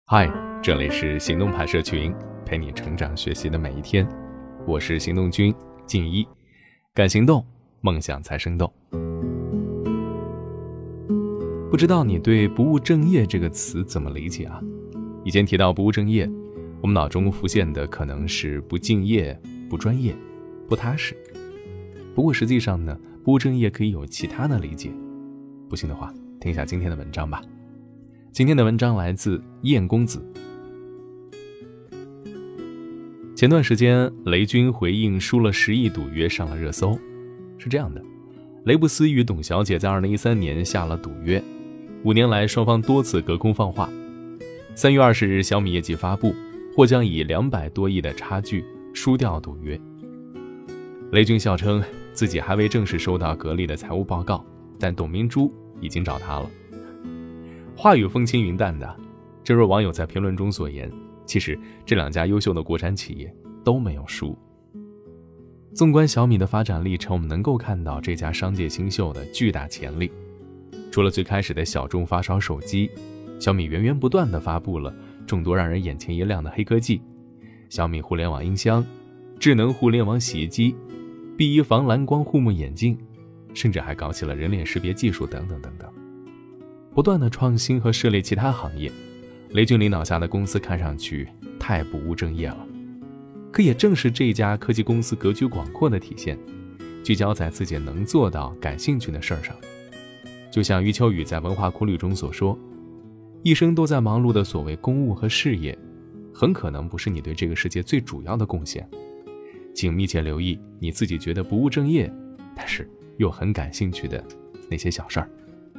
嗨，这里是行动派社群，陪你成长学习的每一天。我是行动君静一，敢行动，梦想才生动。不知道你对不务正业这个词怎么理解啊？以前提到不务正业，我们脑中浮现的可能是不敬业、不专业、不踏实。不过实际上呢，不务正业可以有其他的理解。不信的话，听一下今天的文章吧。今天的文章来自燕公子。前段时间，雷军回应输了10亿赌约上了热搜。是这样的，雷布斯与董小姐在2013年下了赌约，5年来双方多次隔空放话。3月20日，小米业绩发布，或将以200多亿的差距输掉赌约。雷军笑称自己还未正式收到格力的财务报告，但董明珠已经找他了。话语风轻云淡的，正如网友在评论中所言，其实这2家优秀的国产企业都没有输。纵观小米的发展历程，我们能够看到这家商界新秀的巨大潜力。除了最开始的小众发烧手机，小米源源不断地发布了众多让人眼前一亮的黑科技，小米互联网音箱、智能互联网洗衣机、BE防蓝光护目眼镜，甚至还搞起了人脸识别技术等等等等。不断的创新和涉猎其他行业，雷军领导下的公司看上去太不务正业了。可也正是这家科技公司格局广阔的体现，聚焦在自己能做到、感兴趣的事儿上。就像余秋雨在文化苦旅中所说，一生都在忙碌的所谓公务和事业，很可能不是你对这个世界最主要的贡献。请密切留意你自己觉得不务正业，但是又很感兴趣的那些小事儿。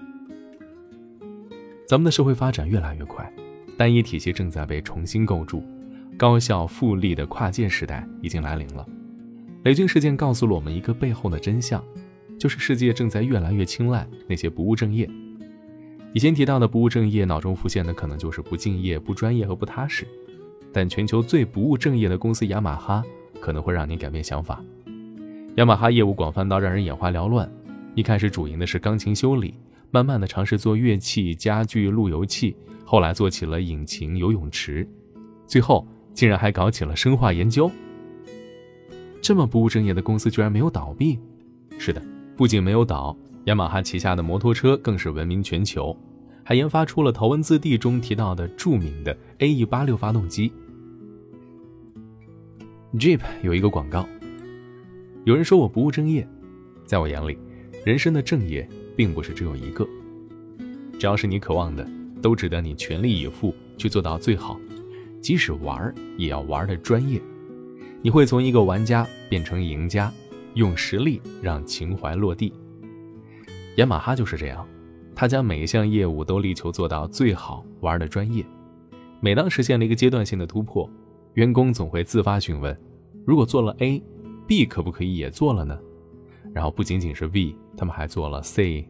咱们的社会发展越来越快，单一体系正在被重新构筑，高效复利的跨界时代已经来临了。雷军事件告诉了我们一个背后的真相，就是世界正在越来越青睐那些不务正业。以前提到的不务正业，脑中浮现的可能就是不敬业、不专业和不踏实。但全球最不务正业的公司雅马哈可能会让你改变想法。雅马哈业务广泛到让人眼花缭乱，一开始主营的是钢琴修理，慢慢的尝试做乐器、家具、路由器，后来做起了引擎、游泳池，最后竟然还搞起了生化研究。这么不务正业的公司居然没有倒闭？是的，不仅没有倒，雅马哈旗下的摩托车更是闻名全球，还研发出了头文字 D 中提到的著名的 AE86 发动机。Jeep 有一个广告，有人说我不务正业，在我眼里，人生的正业并不是只有一个，只要是你渴望的，都值得你全力以赴去做到最好，即使玩也要玩的专业。你会从一个玩家变成赢家，用实力让情怀落地。雅马哈就是这样，他将每一项业务都力求做到最好，玩的专业。每当实现了一个阶段性的突破，员工总会自发询问，如果做了 A，B 可不可以也做了呢？然后不仅仅是 B， 他们还做了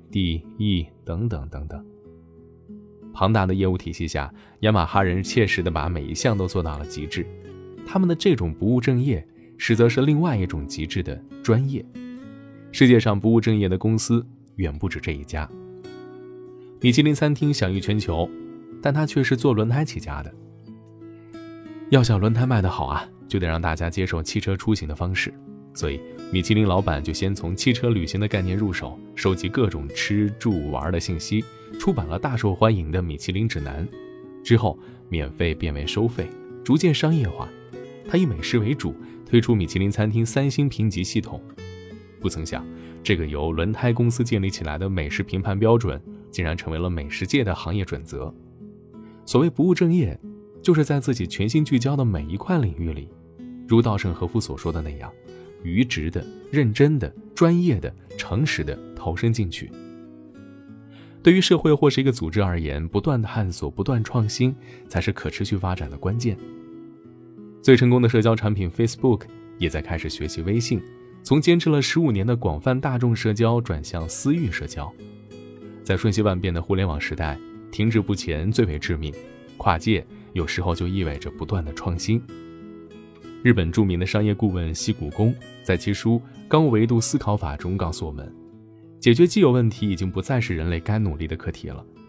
C、D、E 等等等等。庞大的业务体系下，雅马哈人切实地把每一项都做到了极致。他们的这种不务正业，实则是另外一种极致的专业。世界上不务正业的公司远不止这一家。米其林餐厅享誉全球，但它却是做轮胎起家的。要想轮胎卖得好啊，就得让大家接受汽车出行的方式。所以米其林老板就先从汽车旅行的概念入手，收集各种吃住玩的信息，出版了大受欢迎的米其林指南。之后免费变为收费，逐渐商业化。他以美食为主，推出米其林餐厅3星评级系统。不曾想，这个由轮胎公司建立起来的美食评判标准，竟然成为了美食界的行业准则。所谓不务正业，就是在自己全心聚焦的每一块领域里，如稻盛和夫所说的那样，愚直的、认真的、专业的、诚实的投身进去。对于社会或是一个组织而言，不断的探索、不断创新，才是可持续发展的关键。最成功的社交产品 Facebook 也在开始学习微信，从坚持了15年的广泛大众社交转向私域社交。在瞬息万变的互联网时代，停滞不前最为致命，跨界有时候就意味着不断的创新。日本著名的商业顾问西谷公在其书《高维度思考法》中告诉我们，解决既有问题已经不再是人类该努力的课题了。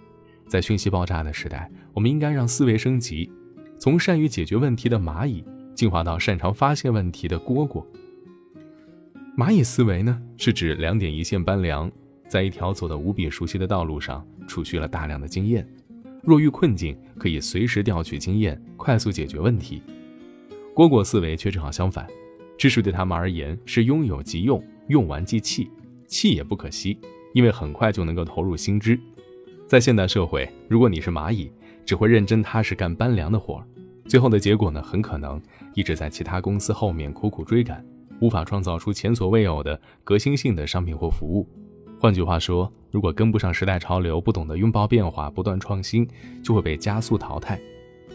在讯息爆炸的时代，我们应该让思维升级，从善于解决问题的蚂蚁进化到擅长发现问题的蝈蝈。蚂蚁思维呢，是指2点一线搬梁，在一条走得无比熟悉的道路上储蓄了大量的经验，若遇困境可以随时调取经验，快速解决问题。蝈蝈思维却正好相反，知识对他们而言是拥有即用，用完即弃，弃也不可惜，因为很快就能够投入新知。在现代社会，如果你是蚂蚁，只会认真踏实干搬梁的活，最后的结果呢，很可能一直在其他公司后面苦苦追赶，无法创造出前所未有的革新性的商品或服务。换句话说，如果跟不上时代潮流，不懂得拥抱变化，不断创新，就会被加速淘汰。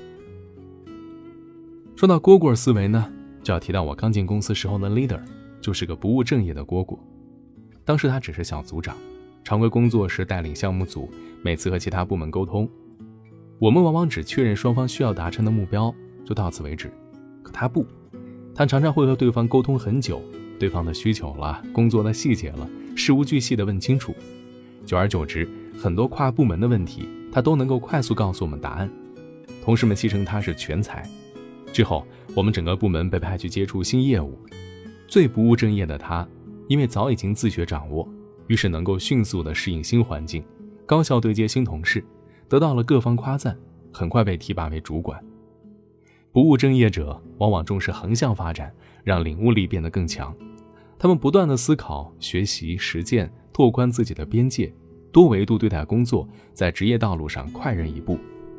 说到蝈蝈思维呢，就要提到我刚进公司时候的 leader， 就是个不务正业的蝈蝈。当时他只是小组长，常规工作是带领项目组，每次和其他部门沟通，我们往往只确认双方需要达成的目标，就到此为止。可他不，他常常会和对方沟通很久，对方的需求了，工作的细节了，事无巨细地问清楚。久而久之，很多跨部门的问题，他都能够快速告诉我们答案。同事们戏称他是全才。之后，我们整个部门被派去接触新业务，最不务正业的他，因为早已经自学掌握，于是能够迅速地适应新环境，高效对接新同事，得到了各方夸赞，很快被提拔为主管。不务正业者往往重视横向发展，让领悟力变得更强。他们不断地思考、学习、实践，拓宽自己的边界，多维度对待工作，在职业道路上快人一步。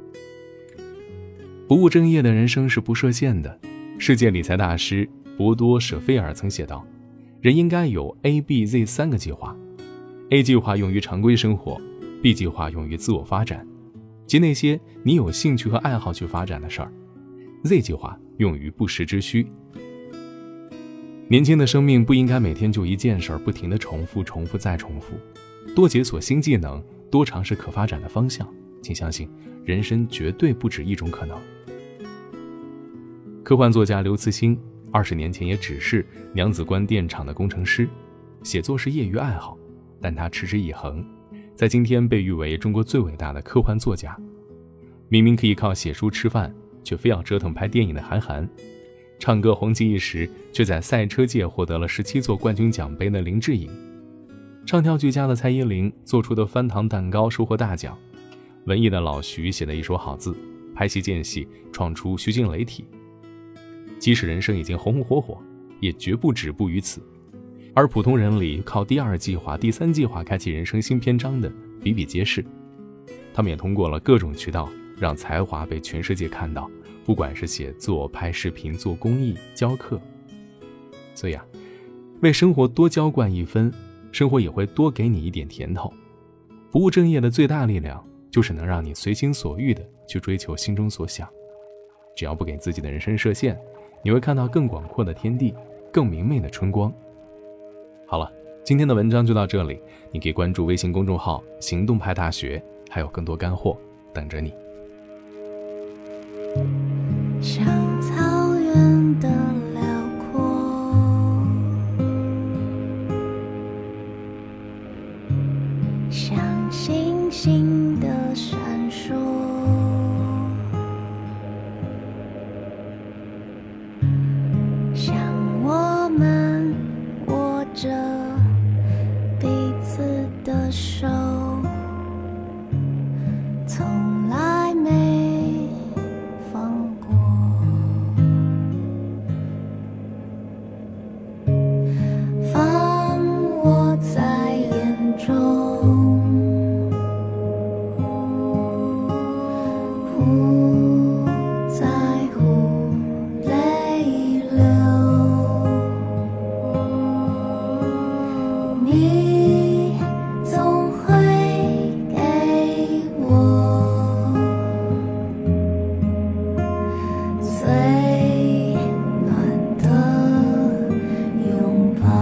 不务正业的人生是不设限的。世界理财大师博多舍菲尔曾写道，人应该有 A、B、Z 3个计划。A 计划用于常规生活， B 计划用于自我发展，即那些你有兴趣和爱好去发展的事儿。Z 计划用于不时之需。年轻的生命不应该每天就一件事儿不停地重复再重复，多解锁新技能，多尝试可发展的方向，请相信人生绝对不止一种可能。科幻作家刘慈欣20年前也只是娘子关电厂的工程师，写作是业余爱好，但他持之以恒，在今天被誉为中国最伟大的科幻作家。明明可以靠写书吃饭，却非要折腾拍电影的韩寒，唱歌红极一时，却在赛车界获得了17座冠军奖杯的林志颖，唱跳俱佳的蔡依林做出的翻糖蛋糕收获大奖，文艺的老徐写的一手好字，拍戏见戏创出徐静蕾体。即使人生已经红红火火，也绝不止步于此。而普通人里靠第2计划、第3计划开启人生新篇章的比比皆是。他们也通过了各种渠道让才华被全世界看到，不管是写作、拍视频、做公益、教课。所以为生活多浇灌一分，生活也会多给你一点甜头。不务正业的最大力量，就是能让你随心所欲地去追求心中所想。只要不给自己的人生设限，你会看到更广阔的天地，更明媚的春光。好了，今天的文章就到这里，你可以关注微信公众号行动派大学，还有更多干货等着你。 像草原的辽阔，像星星的闪烁，像我们握着彼此的手，从来没放过。放我在眼中，不在乎泪流。你总会给我最暖的拥抱。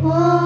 我